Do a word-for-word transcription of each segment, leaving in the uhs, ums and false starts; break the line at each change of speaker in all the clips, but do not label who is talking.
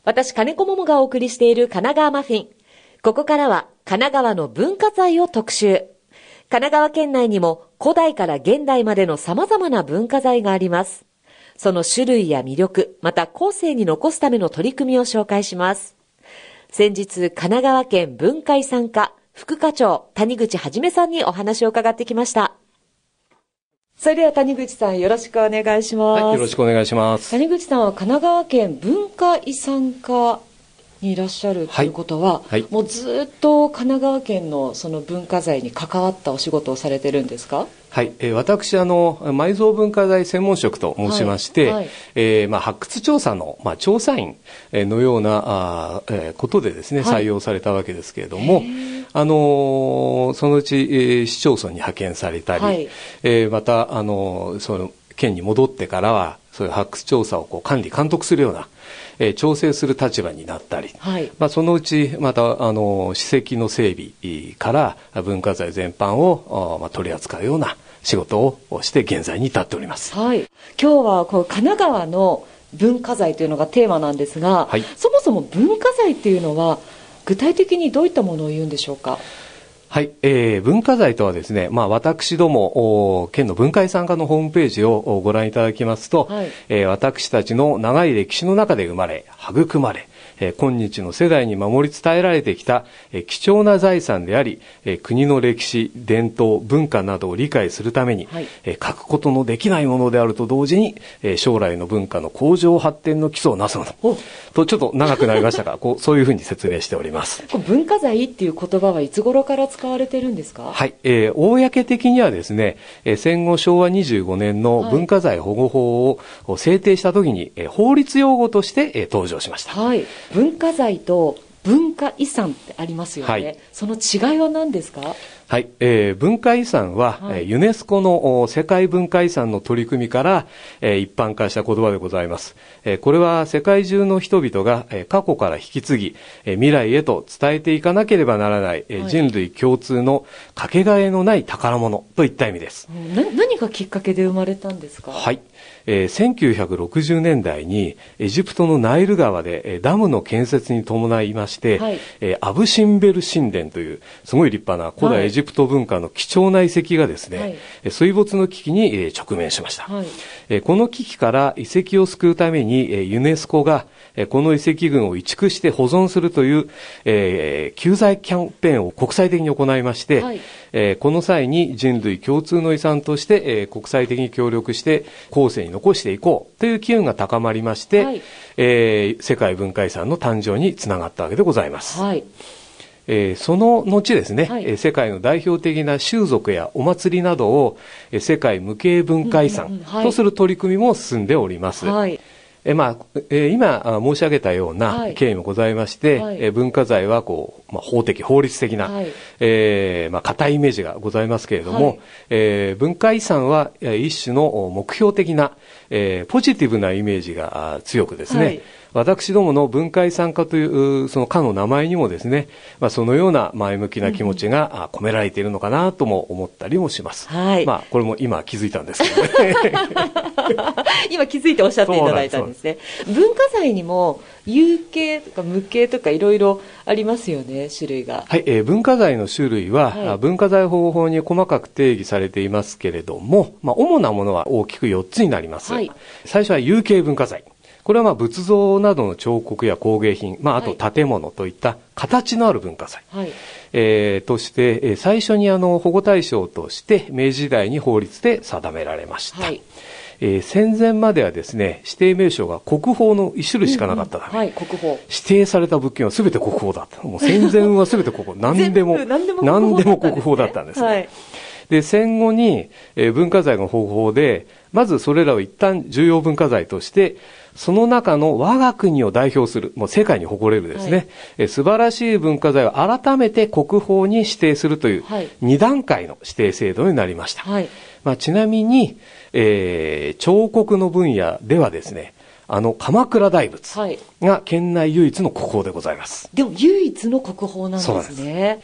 私、金子桃がお送りしている神奈川マフィン。ここからは神奈川の文化財を特集。神奈川県内にも古代から現代までの様々な文化財があります。その種類や魅力、また後世に残すための取り組みを紹介します。先日、神奈川県文化遺産課副課長谷口はじめさんにお話を伺ってきました。それでは谷口さん、よろしくお願いします。
はい、よろしくお願いします。
谷口さんは神奈川県文化遺産課にいらっしゃるということは、はいはい、もうずっと神奈川県のその文化財に関わったお仕事をされてるんですか？
はい、えー、私あの埋蔵文化財専門職と申しまして、はいはい、えーまあ、発掘調査の、まあ、調査員のようなあ、えー、ことでですね、はい、採用されたわけですけれども、あのー、そのうち、えー、市町村に派遣されたり、はい、えー、また、あのー、その県に戻ってからはそういう発掘調査をこう管理監督するような、えー、調整する立場になったり、はい、まあ、そのうちまたあの史跡の整備から文化財全般を、まあ、取り扱うような仕事をして現在に至っております。
はい、今日はこう神奈川の文化財というのがテーマなんですが、はい、そもそも文化財っていうのは具体的にどういったものを言うんでしょうか？
はい、えー、文化財とはですね、まあ、私ども県の文化遺産課のホームページをご覧いただきますと、はい、えー、私たちの長い歴史の中で生まれ育まれ、えー、今日の世代に守り伝えられてきた、えー、貴重な財産であり、えー、国の歴史伝統文化などを理解するために、はい、えー、欠くことのできないものであると同時に、えー、将来の文化の向上発展の基礎をなすものと、ちょっと長くなりましたがこうそういうふうに説明しております。
文化財っていう言葉はいつ頃から使われてるんですか？
はい、えー、公的にはですね、えー、戦後しょうわにじゅうごねんの文化財保護法を制定した時に、えー、法律用語として、えー、登場しました。
はい、文化財と文化遺産ってありますよね、はい、その違いは何ですか？
はい、えー、文化遺産は、はい、ユネスコの世界文化遺産の取り組みから、えー、一般化した言葉でございます。えー、これは世界中の人々が、えー、過去から引き継ぎ、えー、未来へと伝えていかなければならない、えーはい、人類共通のかけがえのない宝物といった意味です。
な何がきっかけで生まれたんですか？
はい、えー、せんきゅうひゃくろくじゅうねんだいにエジプトのナイル川で、えー、ダムの建設に伴いまして、はい、えー、アブシンベル神殿というすごい立派な古代エジプト文化の貴重な遺跡がですね、はい、水没の危機に、えー、直面しました。はい、えー、この危機から遺跡を救うために、えー、ユネスコが、えー、この遺跡群を移築して保存するという、えー、救済キャンペーンを国際的に行いまして、はい、えー、この際に人類共通の遺産として、えー、国際的に協力して後世に残していこうという機運が高まりまして、はい、えー、世界文化遺産の誕生につながったわけでございます。はい、えー、その後ですね、はい、世界の代表的な習俗やお祭りなどを世界無形文化遺産とする取り組みも進んでおります。はい、えまあえー、今申し上げたような経緯もございまして、はい、えー、文化財はこう、まあ、法的法律的な、はい、えーまあ、固いイメージがございますけれども、はい、えー、文化遺産は一種の目標的な、えー、ポジティブなイメージが強くですね、はい、私どもの文化遺産課というその課の名前にもですね、まあ、そのような前向きな気持ちが込められているのかなとも思ったりもします。はい、まあ、これも今気づいたんですけどね
今気づいておっしゃっていただいたんですね。文化財にも有形とか無形とかいろいろありますよね、種類が。
はい、えー、文化財の種類は、はい、文化財保護法に細かく定義されていますけれども、まあ、主なものは大きくよっつになります。はい、最初は有形文化財。これはまあ仏像などの彫刻や工芸品、まあ、あと建物といった形のある文化財、はい、えー、として、えー、最初にあの保護対象として明治時代に法律で定められました。はい、えー、戦前まではですね、指定名称が国宝の一種類しかなかったため、うんうん、はい、国宝指定された物件は全て国宝だった。もう戦前は全て国宝、何でも何でも国宝だったんですね。はい、で戦後に、えー、文化財の保護法でまずそれらを一旦重要文化財としてその中の我が国を代表する、もう世界に誇れるですね、はい、え素晴らしい文化財を改めて国宝に指定するというに段階の指定制度になりました。はい、まあ、ちなみに、えー、彫刻の分野ではですね、あの鎌倉大仏が県内唯一の国宝でございます。
でも唯一の国宝なんですね。
そうなんです。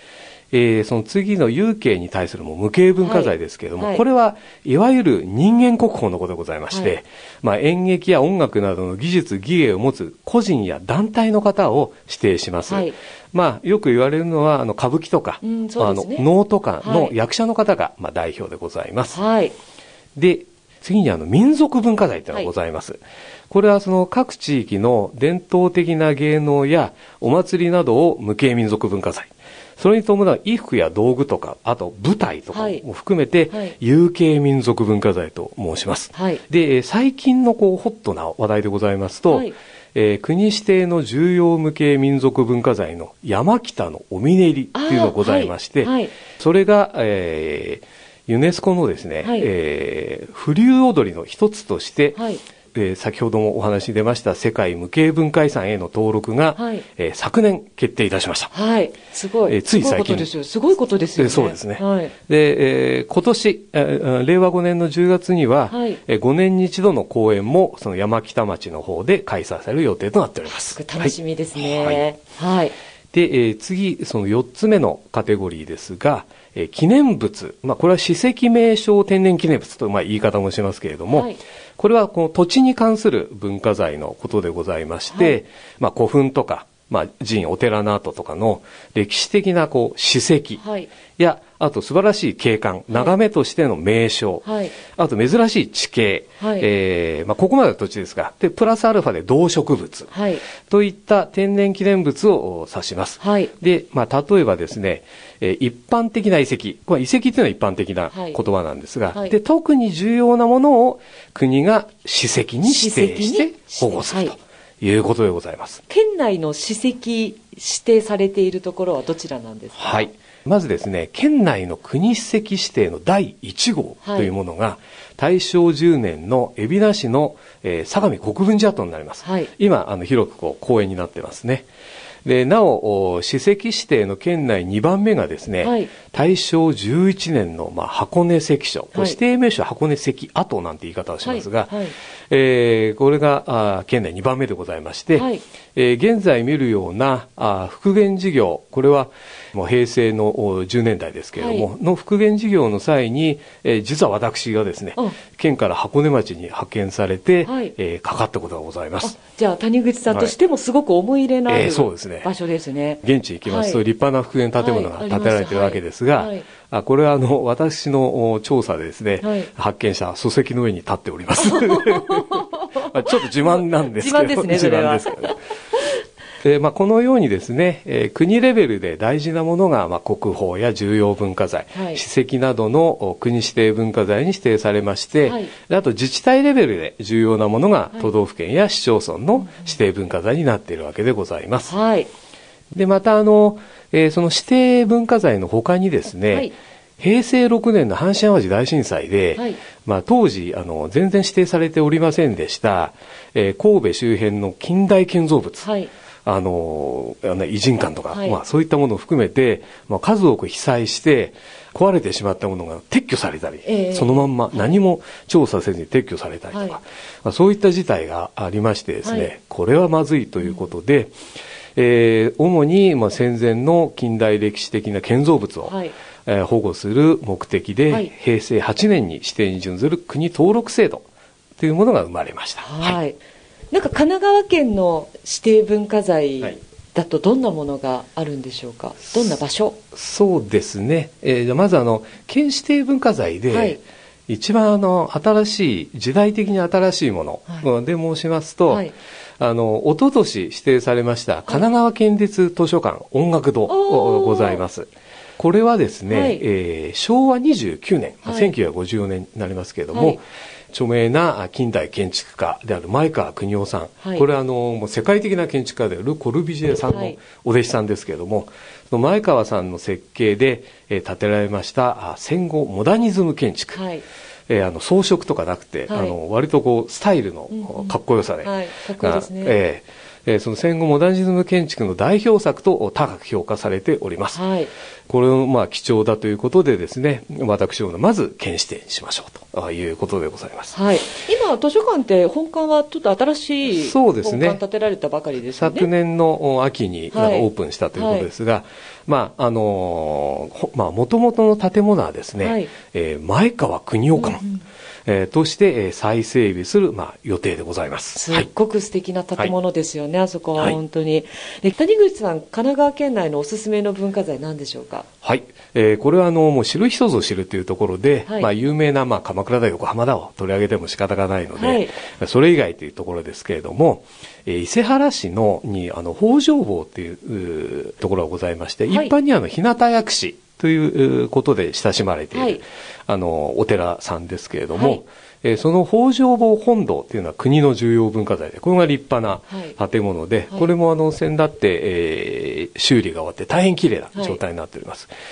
えー、その次の有形に対するも無形文化財ですけれども、
はいはい、
これはいわゆる人間国宝のことでございまして、はい、まあ、演劇や音楽などの技術技芸を持つ個人や団体の方を指定します。はい、まあ、よく言われるのはあの歌舞伎とか、うんね、あの能とかの役者の方が、まあ、代表でございます。はい、で次にあの民族文化財というのがございます。はい、これはその各地域の伝統的な芸能やお祭りなどを無形民族文化財。それに伴う衣服や道具とか、あと舞台とかも含めて、はい、有形民族文化財と申します。はい、で、最近のこうホットな話題でございますと、はい、えー、国指定の重要無形民族文化財の山北のおみねりっていうのがございまして、はいはい、それが、えー、ユネスコのですね、はい、えー、風流踊りの一つとして、はい、えー、先ほどもお話に出ました世界無形文化遺産への登録が、はい、えー、昨年決定いたしました。
はい、すごい。
えー、つい最近。
すごいことですよ。すごいことですよね。
そうですね。はい、で、えー、今年、えー、れいわごねんのじゅうがつには、はい、えー、ごねんに一度の公演もその山北町の方で開催される予定となっております。
楽しみですね。はい。はい、
で、えー、次、そのよっつめのカテゴリーですが、えー、記念物、まあ、これは史跡名勝天然記念物と、まあ、言い方もしますけれども、はい、これはこの土地に関する文化財のことでございまして、はい、まあ、古墳とか、まあ、寺院、お寺の跡とかの歴史的なこう史跡や、はい、あと素晴らしい景観、眺めとしての名勝、はい、あと珍しい地形、はい、えーまあ、ここまでの土地ですが、でプラスアルファで動植物、はい、といった天然記念物を指します。はい、で、まあ、例えばですね、えー、一般的な遺跡、これ遺跡というのは一般的な言葉なんですが、はい、で特に重要なものを国が史跡に指定して保護すると。いうことでございます。
県内の史跡指定されているところはどちらなんですか？
はい。まずですね、県内の国史跡指定のだいいち号というものが、はい、たいしょうじゅうねんの海老名市の、えー、相模国分寺跡になります。はい、今、あの、広くこう、公園になってますね。で、なお、史跡指定の県内にばんめがですね、はい、たいしょうじゅういちねんの、まあ、箱根関所、はい、指定名所箱根関跡なんて言い方をしますが、はいはい、えー、これがあ県内にばんめでございまして、はい、えー、現在見るようなあ復元事業、これはもう平成のじゅうねんだいですけれども、はい、の復元事業の際に、えー、実は私がですね、県から箱根町に派遣されて、はい、えー、かかったことがございます。
じゃあ谷口さんとしてもすごく思い入れのある、はい、えー、そうですね、場所ですね。
現地行きますと、はい、立派な復元建物が建てられているわけですが、はいはい、あこれはあの私の調査でですね、はい、発見した礎石の上に立っております。ちょっと自慢なんですけど、
自慢ですね、それは。自慢ですけど。
えーまあ、このようにですね、えー、国レベルで大事なものが、まあ、国宝や重要文化財、はい、史跡などの国指定文化財に指定されまして、はい、あと自治体レベルで重要なものが都道府県や市町村の指定文化財になっているわけでございます。はい、でまたあの、えー、その指定文化財の他にですね、はい、へいせいろくねんの阪神・淡路大震災で、はい、まあ、当時あの全然指定されておりませんでした、えー、神戸周辺の近代建造物、はい、あの偉人館とか、はい、まあ、そういったものを含めて、まあ、数多く被災して壊れてしまったものが撤去されたり、えー、そのまんま何も調査せずに撤去されたりとか、はい、まあ、そういった事態がありましてですね、はい、これはまずいということで、うん、えー、主にまあ戦前の近代歴史的な建造物を、はい、えー、保護する目的で、はい、へいせいはちねんに指定に準ずる国登録制度というものが生まれました。
はい、はい、なんか神奈川県の指定文化財だとどんなものがあるんでしょうか。どんな場所？
そうですね、えー、じゃあまずあの県指定文化財で、はい、一番あの新しい時代的に新しいもので申しますと、はい、あの一昨年指定されました神奈川県立図書館音楽堂ございます。これはですね、はい、えー、しょうわにじゅうきゅうねん、はい、せんきゅうひゃくごじゅうよねんになりますけれども、はい、著名な近代建築家である前川邦夫さん、はい、これはあのもう世界的な建築家であるル・コルビジエさんのお弟子さんですけれども、はい、その前川さんの設計で、えー、建てられました戦後モダニズム建築、はい、えー、あの装飾とかなくて、はい、あの割とこうスタイルのかっこよさで、うんうん、はい、かっこいいですね、えーえー、その戦後モダニズム建築の代表作と高く評価されております。
はい、
これをまあ貴重だということでですね、私どもまず県指定にしましょうということでございます。
はい、今図書館って本館はちょっと新しい本館建てられたばかりですね。
昨年の秋にオープンしたということですが、はいはい、まああのー、まあ元々の建物はですね、はい、えー、前川国夫館、うんうん、えー、として、えー、再整備する、まあ、予定でございます。
すっごく素敵な建物ですよね、はい、あそこは本当に。はい、で、谷口さん、神奈川県内のおすすめの文化財何でしょうか？
はい、えー、これはあのもう知る人ぞ知るというところで、はい、まあ、有名な、まあ、鎌倉だ横浜だを取り上げても仕方がないので、はい、それ以外というところですけれども、えー、伊勢原市のにあの北条坊というところがございまして、はい、一般にあの日向薬師ということで親しまれている、はい、あのお寺さんですけれども、はい、えー、その北条坊本堂というのは国の重要文化財で、これが立派な建物で、はい、これもあの先だって、えー、修理が終わって大変綺麗な状態になっております。はい、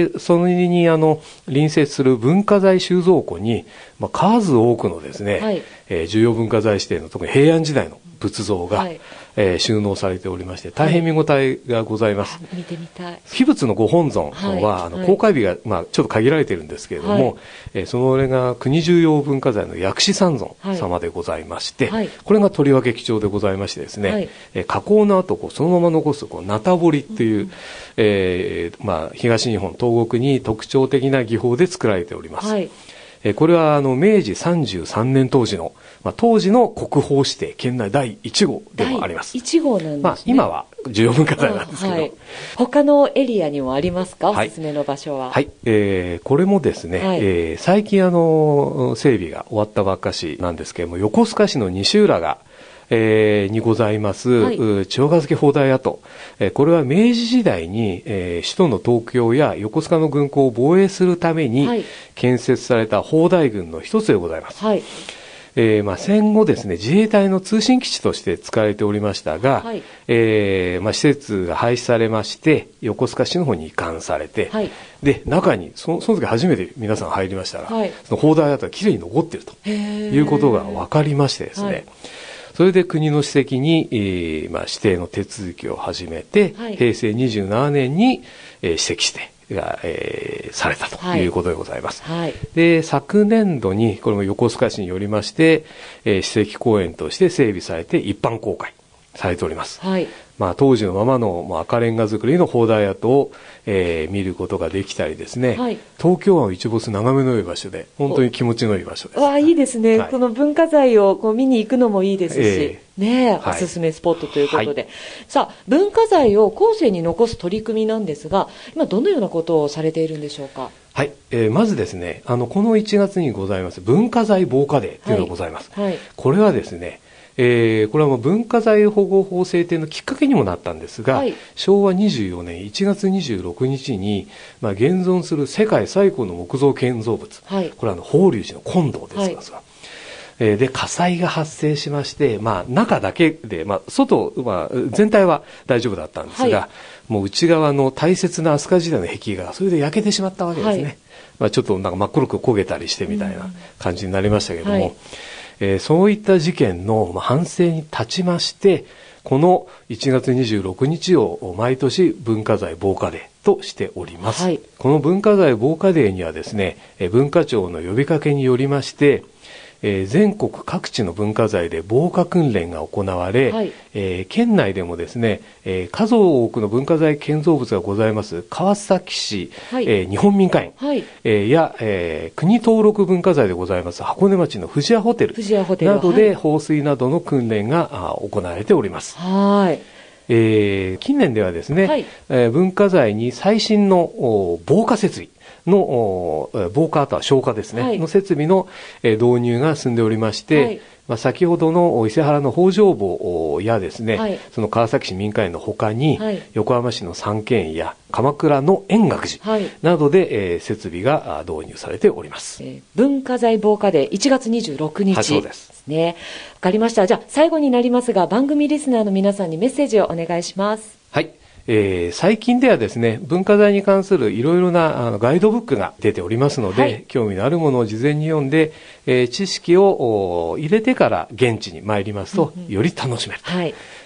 で、そのにあの隣接する文化財収蔵庫に、まあ、数多くのですね、はい、えー、重要文化財指定の特に平安時代の仏像が、はい、えー、収納されておりまして大変見応えがございます。
はい、見てみたい。
秘仏のご本尊は、はい、あの公開日が、まあ、ちょっと限られているんですけれども、はい、えー、それが国重要文化財の薬師三尊様でございまして、はい、これがとりわけ貴重でございましてですね、はい、えー、加工の後こうそのまま残すこうナタ彫りっていう、うん、えーまあ、東日本東国に特徴的な技法で作られております。はい、えー、これはあの明治さんじゅうさんねん当時の、まあ、当時の国宝指定県内だいいち号でもあります。
だいいち号なんですね。
まあ、今は重要文化財なんですけど、はい、
他のエリアにもありますか、おすすめの場所は？
はい、はい、えー、これもですね、はい、えー、最近あの整備が終わったばっかしなんですけれども、横須賀市の西浦賀えー、にございます、はい、千代ヶ岳砲台跡、えー、これは明治時代に、えー、首都の東京や横須賀の軍港を防衛するために建設された砲台群の一つでございます。はい、えーまあ、戦後ですね、自衛隊の通信基地として使われておりましたが、はい、えーまあ、施設が廃止されまして横須賀市の方に移管されて、はい、で中にそ の, その時初めて皆さん入りましたら、はい、その砲台跡がきれいに残っているということが分かりましてですね、はい、それで国の史跡に、えーまあ、指定の手続きを始めて、はい、へいせいにじゅうななねんに、えー、史跡指定が、えー、されたということでございます。はい、で昨年度にこれも横須賀市によりまして、えー、史跡公園として整備されて一般公開されております。はい、まあ、当時のままの、まあ、赤レンガ造りの砲台跡を、えー、見ることができたりですね、はい、東京湾を一没眺めの良い場所で本当に気持ちのいい場所です。
わあ、いいですね、はい、この文化財をこう見に行くのもいいですし、えーね、はい、おすすめスポットということで、はい、さあ文化財を後世に残す取り組みなんですが、今どのようなことをされているんでしょうか？
はい、えー、まずですね、あのこのいちがつにございます文化財防火デーというのがございます。はいはい、これはですね、えー、これはもう文化財保護法制定のきっかけにもなったんですが、はい、しょうわにじゅうよねんいちがつにじゅうろくにちに、まあ、現存する世界最古の木造建造物、はい、これはあの法隆寺の金堂ですが、はい、えー、で火災が発生しまして、まあ、中だけで、まあ、外、まあ、全体は大丈夫だったんですが、はい、もう内側の大切な飛鳥時代の壁画がそれで焼けてしまったわけですね。はい、まあ、ちょっとなんか真っ黒く焦げたりしてみたいな感じになりましたけれども、はい、えー、そういった事件の反省に立ちまして、このいちがつにじゅうろくにちを毎年文化財防火デーとしております。はい、この文化財防火デーにはですね、文化庁の呼びかけによりまして、えー、全国各地の文化財で防火訓練が行われ、はい、えー、県内でもですね、えー、数多くの文化財建造物がございます川崎市、はい、えー、日本民家園、はい、えー、や、えー、国登録文化財でございます箱根町の富士屋ホテルなどで放水などの訓練が、はい、行われております。はい、えー、近年ではですね、はい、えー、文化財に最新の防火設備の防火、あとは消火ですね、はい、の設備の導入が進んでおりまして、はい、まあ、先ほどの伊勢原の北条坊やですね、はい、その川崎市民家園のほかに、はい、横浜市の三軒園や鎌倉の円覚寺などで、はい、えー、設備が導入されております。
えー、文化財防火デーいちがつにじゅうろくにち、はい、そうですね。わかりました。じゃあ最後になりますが、番組リスナーの皆さんにメッセージをお願いします。
はい、えー、最近ではですね、文化財に関するいろいろなあのガイドブックが出ておりますので、はい、興味のあるものを事前に読んで、えー、知識を入れてから現地に参りますと、うんうん、より楽しめると、はい、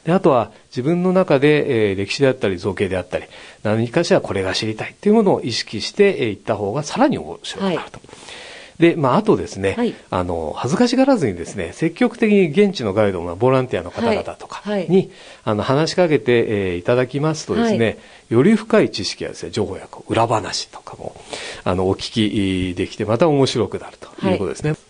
で、あとは自分の中で、えー、歴史であったり造形であったり、何かしらこれが知りたいというものを意識していった方がさらに面白くなると。はい、で、まあ、あとですね、はい、あの、恥ずかしがらずにですね、積極的に現地のガイドのボランティアの方々とかに、はいはい、あの、話しかけて、えー、いただきますとですね、はい、より深い知識やですね、情報や裏話とかも、あの、お聞きできて、また面白くなるということですね。はい、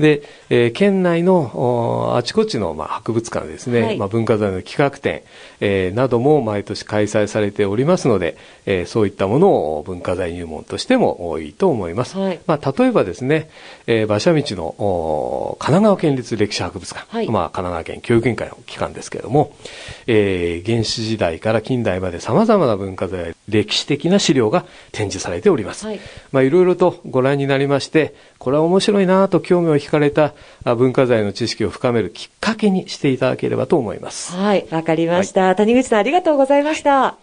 で、えー、県内のあちこちの、まあ、博物館ですね、はい、まあ、文化財の企画展、えー、なども毎年開催されておりますので、えー、そういったものを文化財入門としてもいいと思います。はい、まあ、例えばですね、えー、馬車道の神奈川県立歴史博物館、はい、まあ、神奈川県教育委員会の機関ですけれども、えー、原始時代から近代まで様々な文化財、歴史的な資料が展示されております。はい、まあ、いろいろとご覧になりまして、これは面白いなと興味を惹かれた文化財の知識を深めるきっかけにしていただければと思います。
はい、わかりました。はい、谷口さんありがとうございました。はい。